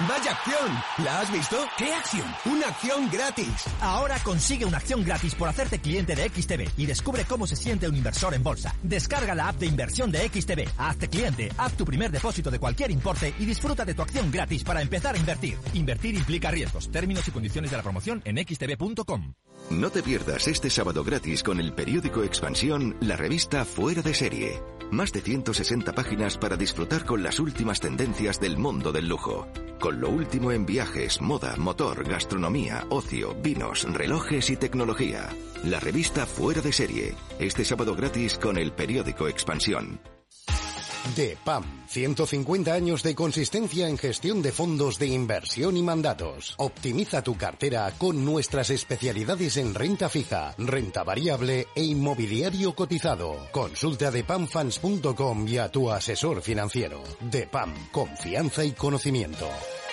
¡Vaya acción! ¿La has visto? ¿Qué acción? ¡Una acción gratis! Ahora consigue una acción gratis por hacerte cliente de XTB y descubre cómo se siente un inversor en bolsa. Descarga la app de inversión de XTB, hazte cliente, haz tu primer depósito de cualquier importe y disfruta de tu acción gratis para empezar a invertir. Invertir implica riesgos. Términos y condiciones de la promoción en xtb.com. No te pierdas este sábado gratis con el periódico Expansión, la revista Fuera de Serie. Más de 160 páginas para disfrutar con las últimas tendencias del mundo del lujo. Con lo último en viajes, moda, motor, gastronomía, ocio, vinos, relojes y tecnología. La revista Fuera de Serie. Este sábado gratis con el periódico Expansión. DEPAM, 150 años de consistencia en gestión de fondos de inversión y mandatos. Optimiza tu cartera con nuestras especialidades en renta fija, renta variable e inmobiliario cotizado. Consulta depamfans.com y a tu asesor financiero. DEPAM, confianza y conocimiento.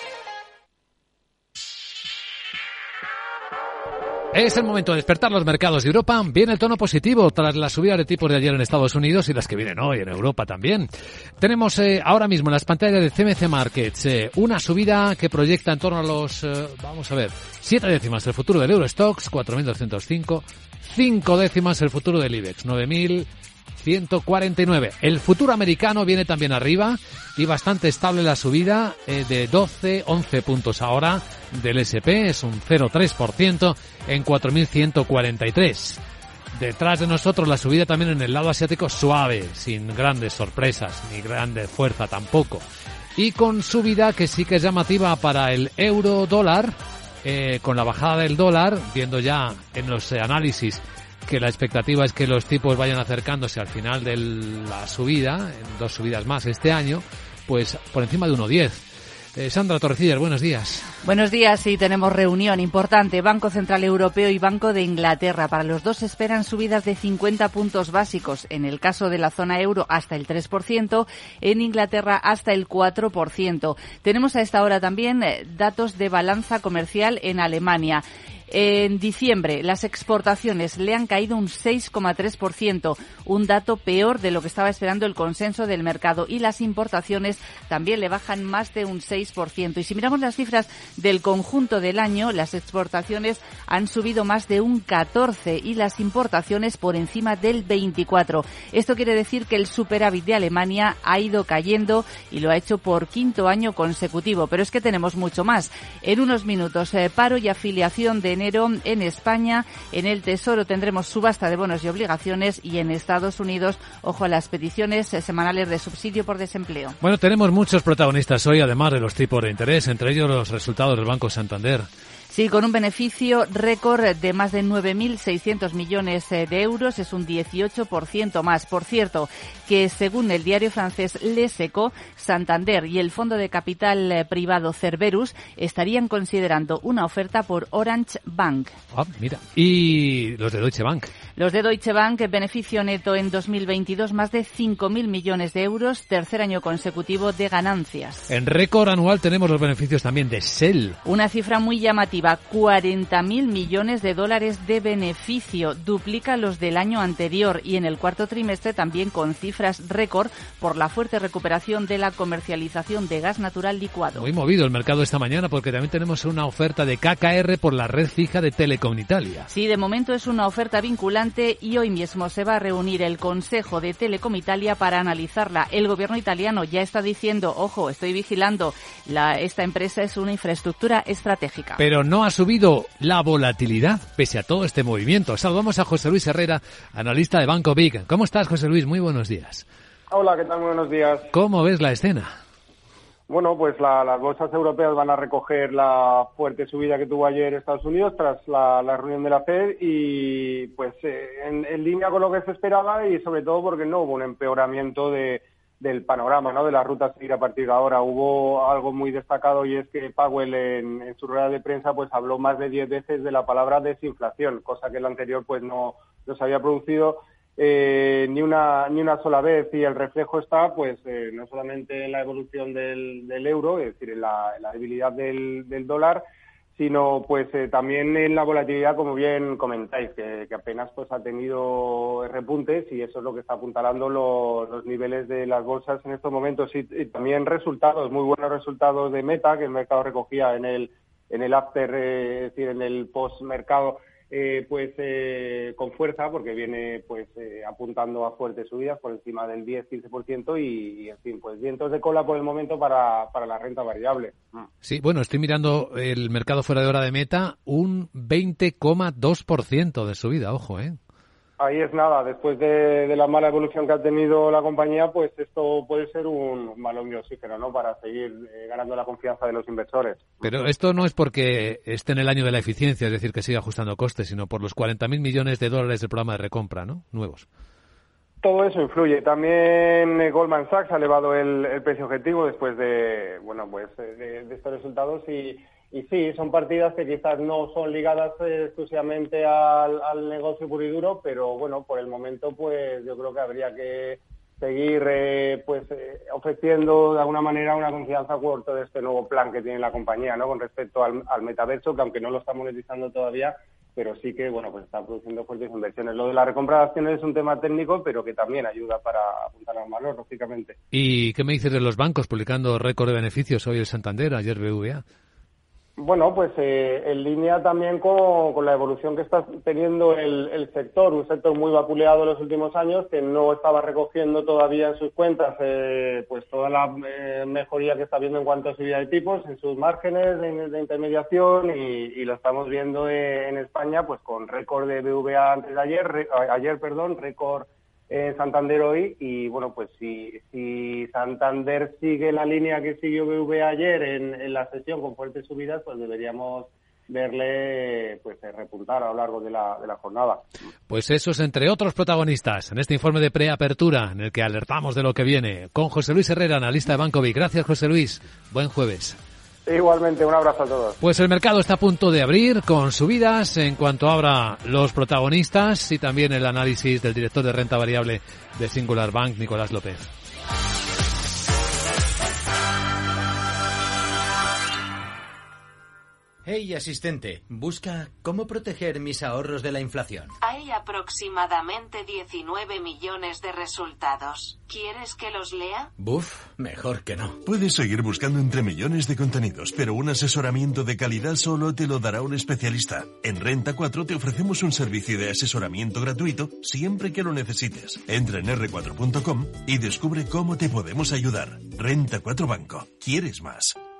Es el momento de despertar los mercados de Europa. Viene el tono positivo tras la subida de tipos de ayer en Estados Unidos y las que vienen hoy en Europa también. Tenemos ahora mismo en las pantallas de CMC Markets una subida que proyecta en torno a los, 7 décimas el futuro del Eurostoxx, 4.205, 5 décimas el futuro del IBEX, 9.149. El futuro americano viene también arriba y bastante estable la subida de 11 puntos ahora del SP, es un 0,3% en 4.143. Detrás de nosotros la subida también en el lado asiático suave, sin grandes sorpresas, ni grande fuerza tampoco. Y con subida que sí que es llamativa para el euro dólar, con la bajada del dólar, viendo ya en los análisis que la expectativa es que los tipos vayan acercándose al final de la subida, en 2 subidas más este año, pues por encima de 1,10. Sandra Torrecillas, buenos días. Buenos días, sí, tenemos reunión importante. Banco Central Europeo y Banco de Inglaterra. Para los dos esperan subidas de 50 puntos básicos. En el caso de la zona euro, hasta el 3%. En Inglaterra, hasta el 4%. Tenemos a esta hora también datos de balanza comercial en Alemania. En diciembre, las exportaciones le han caído un 6,3%, un dato peor de lo que estaba esperando el consenso del mercado, y las importaciones también le bajan más de un 6%. Y si miramos las cifras del conjunto del año, las exportaciones han subido más de un 14% y las importaciones por encima del 24%. Esto quiere decir que el superávit de Alemania ha ido cayendo y lo ha hecho por 5º año consecutivo. Pero es que tenemos mucho más. En unos minutos, paro y afiliación de enero en España. En el Tesoro tendremos subasta de bonos y obligaciones, y en Estados Unidos, ojo a las peticiones semanales de subsidio por desempleo. Bueno, tenemos muchos protagonistas hoy, además de los tipos de interés, entre ellos los resultados del Banco Santander. Sí, con un beneficio récord de más de 9.600 millones de euros, es un 18% más. Por cierto, que según el diario francés Les Echos, Santander y el fondo de capital privado Cerberus estarían considerando una oferta por Orange Bank. Ah, mira. ¿Y los de Deutsche Bank? Los de Deutsche Bank, beneficio neto en 2022, más de 5.000 millones de euros, tercer año consecutivo de ganancias. En récord anual tenemos los beneficios también de Shell. Una cifra muy llamativa. 40.000 millones de dólares de beneficio, duplica los del año anterior, y en el cuarto trimestre también con cifras récord por la fuerte recuperación de la comercialización de gas natural licuado. Muy movido el mercado esta mañana porque también tenemos una oferta de KKR por la red fija de Telecom Italia. Sí, de momento es una oferta vinculante y hoy mismo se va a reunir el Consejo de Telecom Italia para analizarla. El gobierno italiano ya está diciendo, ojo, estoy vigilando, esta empresa es una infraestructura estratégica. Pero no ha subido la volatilidad pese a todo este movimiento. Saludamos a José Luis Herrera, analista de Banco Big. ¿Cómo estás, José Luis? Muy buenos días. Hola, ¿qué tal? Muy buenos días. ¿Cómo ves la escena? Bueno, pues las bolsas europeas van a recoger la fuerte subida que tuvo ayer Estados Unidos tras la reunión de la Fed y pues en línea con lo que se esperaba, y sobre todo porque no hubo un empeoramiento del panorama, ¿no?, de la ruta a seguir a partir de ahora. Hubo algo muy destacado, y es que Powell en su rueda de prensa pues habló más de 10 veces de la palabra desinflación, cosa que el anterior pues no se había producido ni una sola vez, y el reflejo está pues no solamente en la evolución del euro, es decir, en la debilidad del dólar, sino pues también en la volatilidad, como bien comentáis, que apenas pues ha tenido repuntes, y eso es lo que está apuntalando los niveles de las bolsas en estos momentos, y también resultados, muy buenos resultados de Meta, que el mercado recogía en el after, es decir, en el post-mercado, con fuerza, porque viene pues apuntando a fuertes subidas por encima del 10-15%, y en fin, pues vientos de cola por el momento para la renta variable. Sí, bueno, estoy mirando el mercado fuera de hora de Meta, un 20,2% de subida, ojo, Ahí es nada, después de la mala evolución que ha tenido la compañía, pues esto puede ser un balón de oxígeno, ¿no?, para seguir ganando la confianza de los inversores. Pero esto no es porque esté en el año de la eficiencia, es decir, que siga ajustando costes, sino por los 40.000 millones de dólares del programa de recompra, ¿no?, nuevos. Todo eso influye. También Goldman Sachs ha elevado el precio objetivo después de estos resultados, y sí, son partidas que quizás no son ligadas exclusivamente al negocio puro y duro, pero bueno, por el momento pues yo creo que habría que seguir ofreciendo de alguna manera una confianza por todo este nuevo plan que tiene la compañía, ¿no?, con respecto al metaverso, que aunque no lo está monetizando todavía, pero sí que pues está produciendo fuertes inversiones. Lo de la recompra de acciones es un tema técnico, pero que también ayuda para apuntar al valor, lógicamente. ¿Y qué me dices de los bancos publicando récord de beneficios? Hoy el Santander, ayer BBVA. Bueno, pues en línea también con la evolución que está teniendo el sector, un sector muy vapuleado en los últimos años, que no estaba recogiendo todavía en sus cuentas pues toda la mejoría que está viendo en cuanto a subida de tipos en sus márgenes de intermediación, y lo estamos viendo en España pues con récord de BBVA antes de ayer, récord Santander hoy, y bueno, pues si Santander sigue la línea que siguió BBVA ayer en la sesión con fuertes subidas, pues deberíamos verle pues repuntar a lo largo de la jornada. Pues esos entre otros protagonistas en este informe de preapertura en el que alertamos de lo que viene con José Luis Herrera, analista de Banco Vic. Gracias, José Luis. Buen jueves. Igualmente, un abrazo a todos. Pues el mercado está a punto de abrir con subidas en cuanto abra los protagonistas, y también el análisis del director de renta variable de Singular Bank, Nicolás López. Hey, asistente, busca cómo proteger mis ahorros de la inflación. Hay aproximadamente 19 millones de resultados. ¿Quieres que los lea? Buf, mejor que no. Puedes seguir buscando entre millones de contenidos, pero un asesoramiento de calidad solo te lo dará un especialista. En Renta 4 te ofrecemos un servicio de asesoramiento gratuito siempre que lo necesites. Entra en r4.com y descubre cómo te podemos ayudar. Renta 4 Banco. ¿Quieres más?